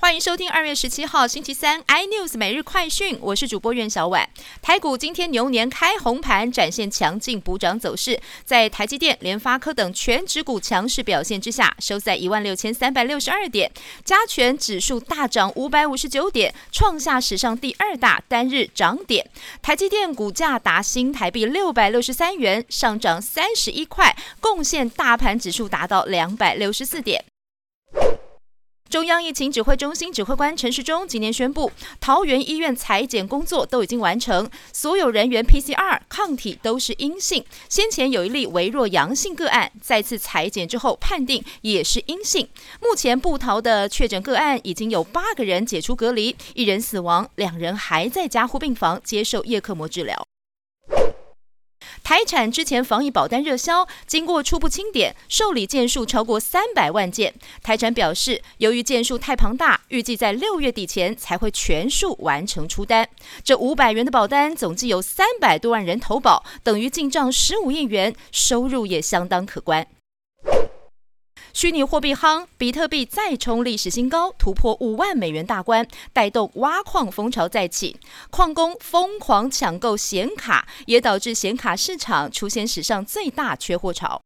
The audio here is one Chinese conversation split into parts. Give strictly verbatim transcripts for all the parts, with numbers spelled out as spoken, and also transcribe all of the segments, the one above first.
欢迎收听二月十七号星期三 iNews 每日快讯，我是主播苑小婉。台股今天牛年开红盘，展现强劲补涨走势，在台积电、联发科等全指股强势表现之下，收在一万六千三百六十二点，加权指数大涨五百五十九点，创下史上第二大单日涨点。台积电股价达新台币六百六十三元，上涨三十一块，贡献大盘指数达到两百六十四点。中央疫情指挥中心指挥官陈时中今天宣布，桃园医院采检工作都已经完成，所有人员 P C R 抗体都是阴性。先前有一例微弱阳性个案，再次采检之后判定也是阴性。目前部桃的确诊个案已经有八个人解除隔离，一人死亡，两人还在加护病房接受叶克膜治疗。台产之前防疫保单热销，经过初步清点，受理件数超过三百万件。台产表示，由于件数太庞大，预计在六月底前才会全数完成出单。这五百元的保单，总计有三百多万人投保，等于进账十五亿元，收入也相当可观。虚拟货币夯，比特币再冲历史新高，突破五万美元大关，带动挖矿风潮再起，矿工疯狂抢购显卡，也导致显卡市场出现史上最大缺货潮。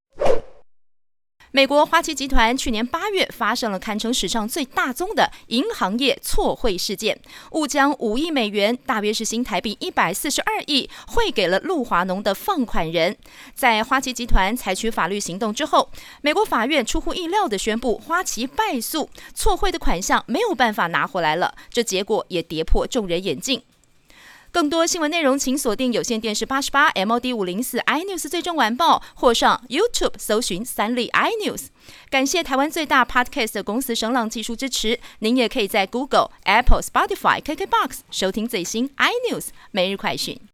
美国花旗集团去年八月发生了堪称史上最大宗的银行业错汇事件，误将五亿美元，大约是新台币一百四十二亿，汇给了陆华农的放款人。在花旗集团采取法律行动之后，美国法院出乎意料地宣布花旗败诉，错汇的款项没有办法拿回来了，这结果也跌破众人眼镜。更多新闻内容，请锁定有线电视八十八 M O D 五零四 iNews 最终晚报，或上 YouTube 搜寻三立 iNews。感谢台湾最大 Podcast 的公司声浪技术支持。您也可以在 Google、Apple、Spotify、K K B O X 收听最新 iNews 每日快讯。